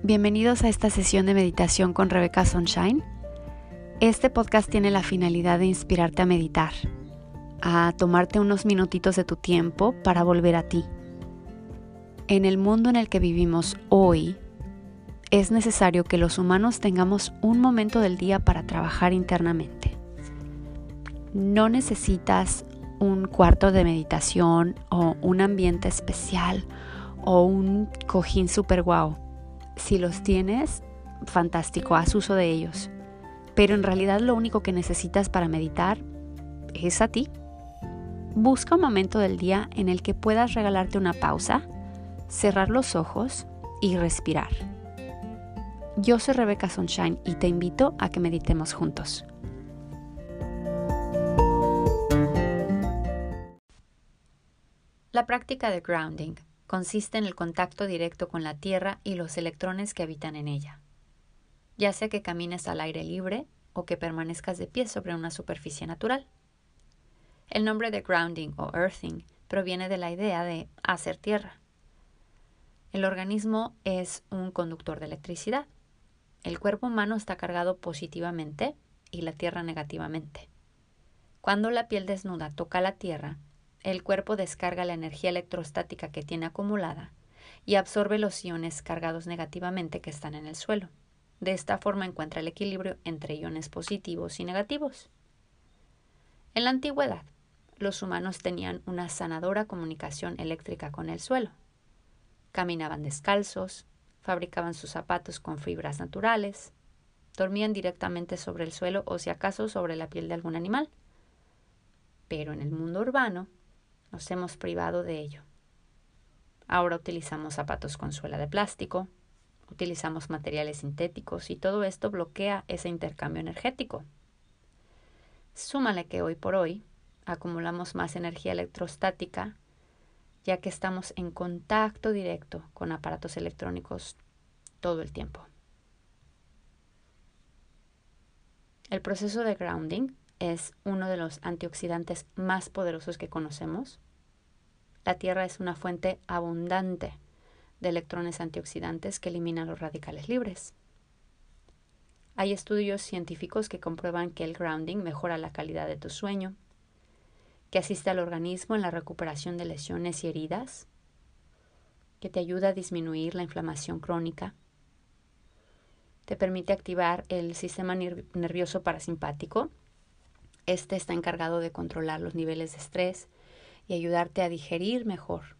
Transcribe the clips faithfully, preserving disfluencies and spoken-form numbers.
Bienvenidos a esta sesión de meditación con Rebecca Sunshine. Este podcast tiene la finalidad de inspirarte a meditar, a tomarte unos minutitos de tu tiempo para volver a ti. En el mundo en el que vivimos hoy, es necesario que los humanos tengamos un momento del día para trabajar internamente. No necesitas un cuarto de meditación o un ambiente especial o un cojín super guau. Si los tienes, fantástico, haz uso de ellos. Pero en realidad lo único que necesitas para meditar es a ti. Busca un momento del día en el que puedas regalarte una pausa, cerrar los ojos y respirar. Yo soy Rebecca Sunshine y te invito a que meditemos juntos. La práctica de grounding consiste en el contacto directo con la tierra y los electrones que habitan en ella, ya sea que camines al aire libre o que permanezcas de pie sobre una superficie natural. El nombre de grounding o earthing proviene de la idea de hacer tierra. El organismo es un conductor de electricidad. El cuerpo humano está cargado positivamente y la tierra negativamente. Cuando la piel desnuda toca la tierra, el cuerpo descarga la energía electrostática que tiene acumulada y absorbe los iones cargados negativamente que están en el suelo. De esta forma encuentra el equilibrio entre iones positivos y negativos. En la antigüedad, los humanos tenían una sanadora comunicación eléctrica con el suelo. Caminaban descalzos, fabricaban sus zapatos con fibras naturales, dormían directamente sobre el suelo o si acaso sobre la piel de algún animal. Pero en el mundo urbano, nos hemos privado de ello. Ahora utilizamos zapatos con suela de plástico, utilizamos materiales sintéticos y todo esto bloquea ese intercambio energético. Súmale que hoy por hoy acumulamos más energía electrostática ya que estamos en contacto directo con aparatos electrónicos todo el tiempo. El proceso de grounding es uno de los antioxidantes más poderosos que conocemos. La Tierra es una fuente abundante de electrones antioxidantes que eliminan los radicales libres. Hay estudios científicos que comprueban que el grounding mejora la calidad de tu sueño, que asiste al organismo en la recuperación de lesiones y heridas, que te ayuda a disminuir la inflamación crónica, te permite activar el sistema nervioso parasimpático. Este está encargado de controlar los niveles de estrés y ayudarte a digerir mejor.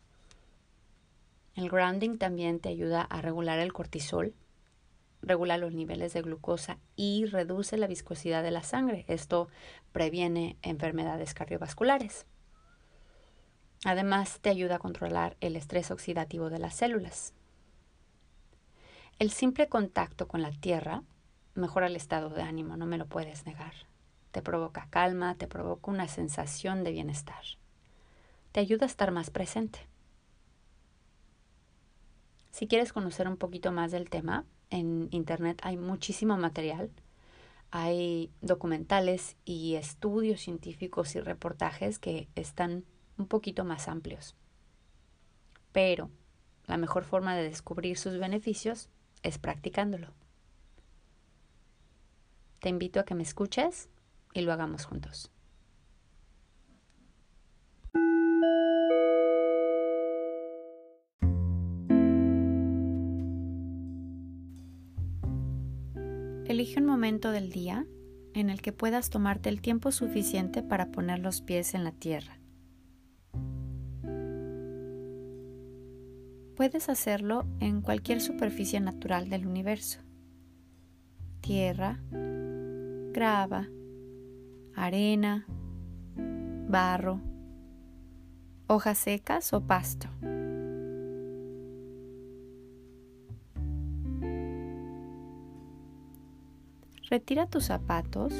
El grounding también te ayuda a regular el cortisol, regula los niveles de glucosa y reduce la viscosidad de la sangre. Esto previene enfermedades cardiovasculares. Además, te ayuda a controlar el estrés oxidativo de las células. El simple contacto con la tierra mejora el estado de ánimo, no me lo puedes negar. Te provoca calma, te provoca una sensación de bienestar. Te ayuda a estar más presente. Si quieres conocer un poquito más del tema, en internet hay muchísimo material. Hay documentales y estudios científicos y reportajes que están un poquito más amplios. Pero la mejor forma de descubrir sus beneficios es practicándolo. Te invito a que me escuches y lo hagamos juntos. Elige un momento del día en el que puedas tomarte el tiempo suficiente para poner los pies en la tierra. Puedes hacerlo en cualquier superficie natural del universo. Tierra, grava, arena, barro, hojas secas o pasto. Retira tus zapatos,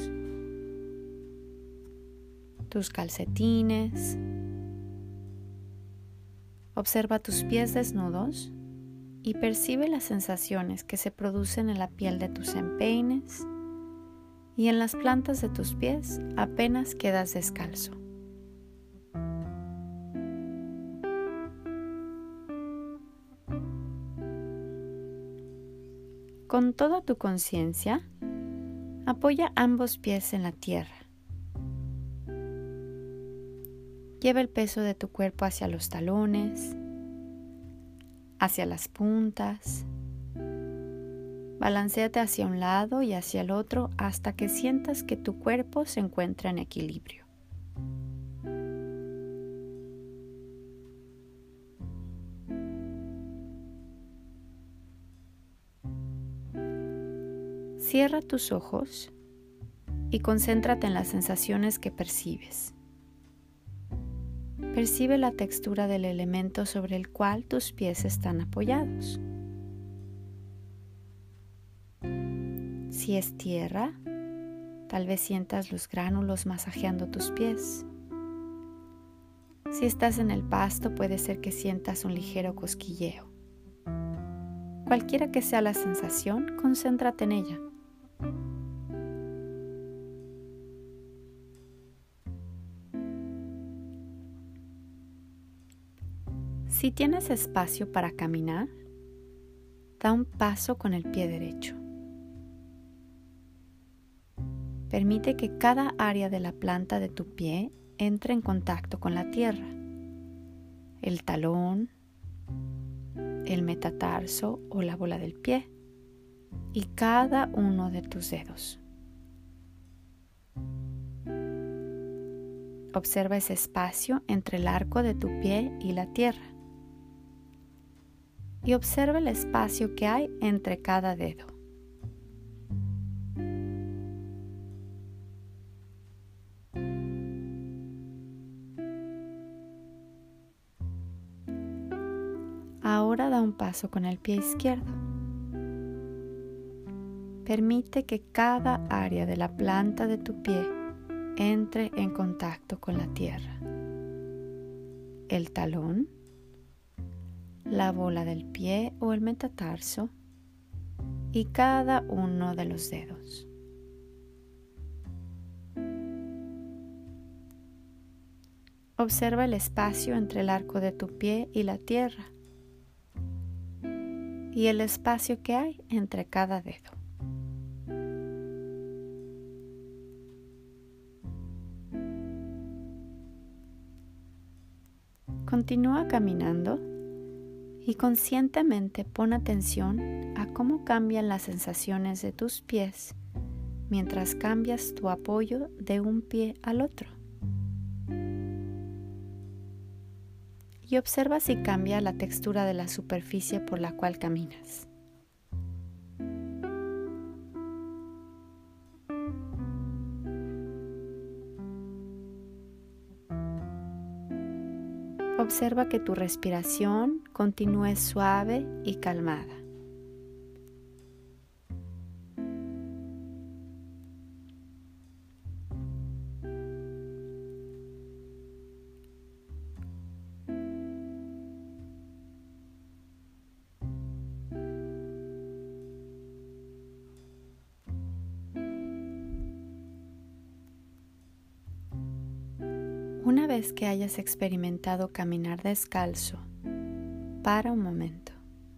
tus calcetines. Observa tus pies desnudos y percibe las sensaciones que se producen en la piel de tus empeines y en las plantas de tus pies apenas quedas descalzo. Con toda tu conciencia, apoya ambos pies en la tierra. Lleva el peso de tu cuerpo hacia los talones, hacia las puntas. Balanceate hacia un lado y hacia el otro hasta que sientas que tu cuerpo se encuentra en equilibrio. Cierra tus ojos y concéntrate en las sensaciones que percibes. Percibe la textura del elemento sobre el cual tus pies están apoyados. Si es tierra, tal vez sientas los gránulos masajeando tus pies. Si estás en el pasto, puede ser que sientas un ligero cosquilleo. Cualquiera que sea la sensación, concéntrate en ella. Si tienes espacio para caminar, da un paso con el pie derecho. Permite que cada área de la planta de tu pie entre en contacto con la tierra. El talón, el metatarso o la bola del pie y cada uno de tus dedos. Observa ese espacio entre el arco de tu pie y la tierra. Y observa el espacio que hay entre cada dedo. Ahora da un paso con el pie izquierdo. Permite que cada área de la planta de tu pie entre en contacto con la tierra. El talón, la bola del pie o el metatarso y cada uno de los dedos. Observa el espacio entre el arco de tu pie y la tierra y el espacio que hay entre cada dedo. Continúa caminando y conscientemente pon atención a cómo cambian las sensaciones de tus pies mientras cambias tu apoyo de un pie al otro. Y observa si cambia la textura de la superficie por la cual caminas. Observa que tu respiración continúe suave y calmada. Una vez que hayas experimentado caminar descalzo, para un momento.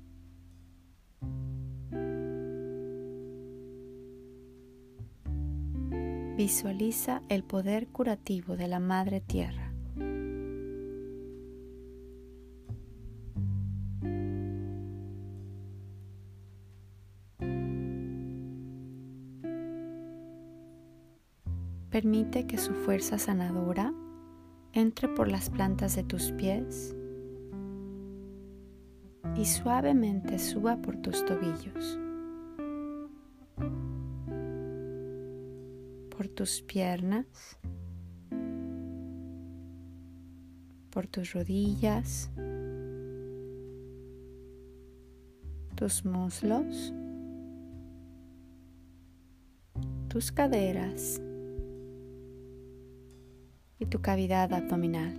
Visualiza el poder curativo de la Madre Tierra. Permite que su fuerza sanadora entre por las plantas de tus pies y suavemente suba por tus tobillos, por tus piernas, por tus rodillas, tus muslos, tus caderas y tu cavidad abdominal.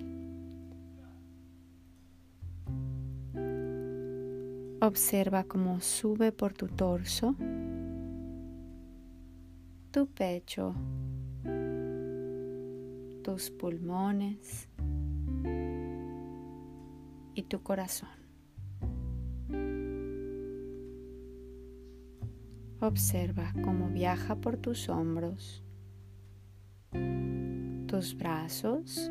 Observa cómo sube por tu torso, tu pecho, tus pulmones y tu corazón. Observa cómo viaja por tus hombros, tus brazos,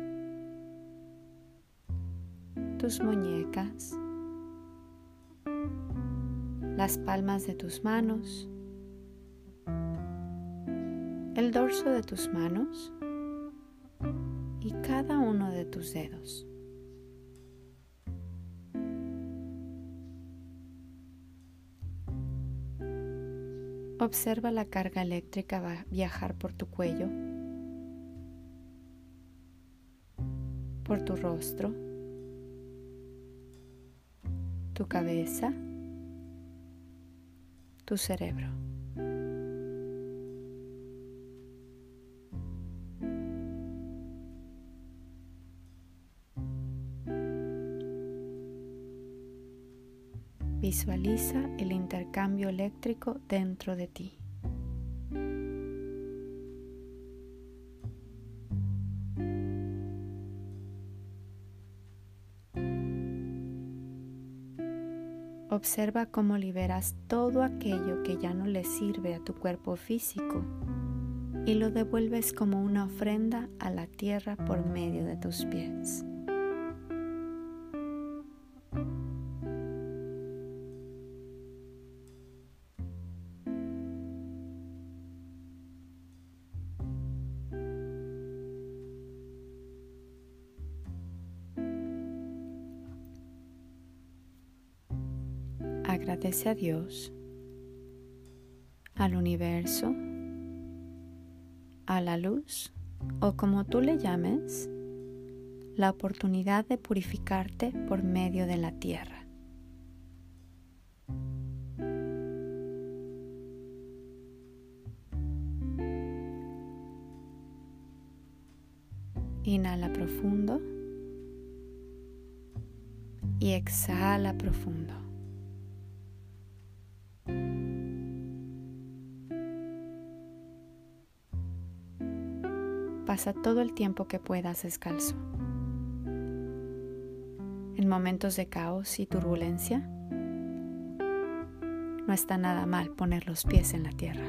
tus muñecas, las palmas de tus manos, el dorso de tus manos y cada uno de tus dedos. Observa la carga eléctrica viajar por tu cuello, por tu rostro, tu cabeza, tu cerebro. Visualiza el intercambio eléctrico dentro de ti. Observa cómo liberas todo aquello que ya no le sirve a tu cuerpo físico y lo devuelves como una ofrenda a la tierra por medio de tus pies. Agradece a Dios, al universo, a la luz o como tú le llames, la oportunidad de purificarte por medio de la tierra. Inhala profundo y exhala profundo. Pasa todo el tiempo que puedas descalzo. En momentos de caos y turbulencia, no está nada mal poner los pies en la tierra.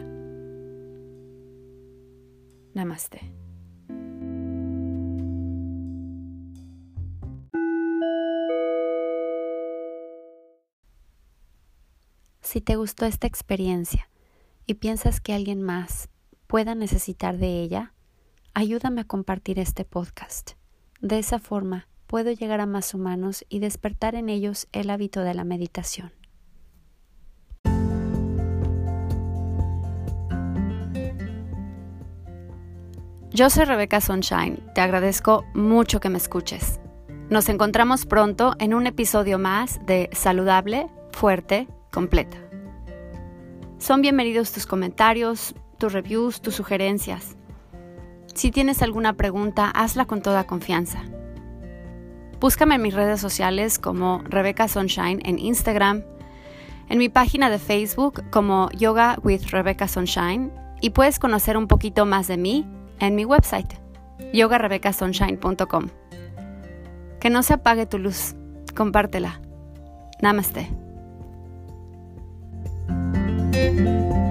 Namaste. Si te gustó esta experiencia y piensas que alguien más pueda necesitar de ella, ayúdame a compartir este podcast. De esa forma, puedo llegar a más humanos y despertar en ellos el hábito de la meditación. Yo soy Rebecca Sunshine. Te agradezco mucho que me escuches. Nos encontramos pronto en un episodio más de Saludable, Fuerte, Completa. Son bienvenidos tus comentarios, tus reviews, tus sugerencias. Si tienes alguna pregunta, hazla con toda confianza. Búscame en mis redes sociales como Rebecca Sunshine en Instagram, en mi página de Facebook como Yoga with Rebecca Sunshine y puedes conocer un poquito más de mí en mi website, yoga rebecca sunshine punto com. Que no se apague tu luz, compártela. Namaste.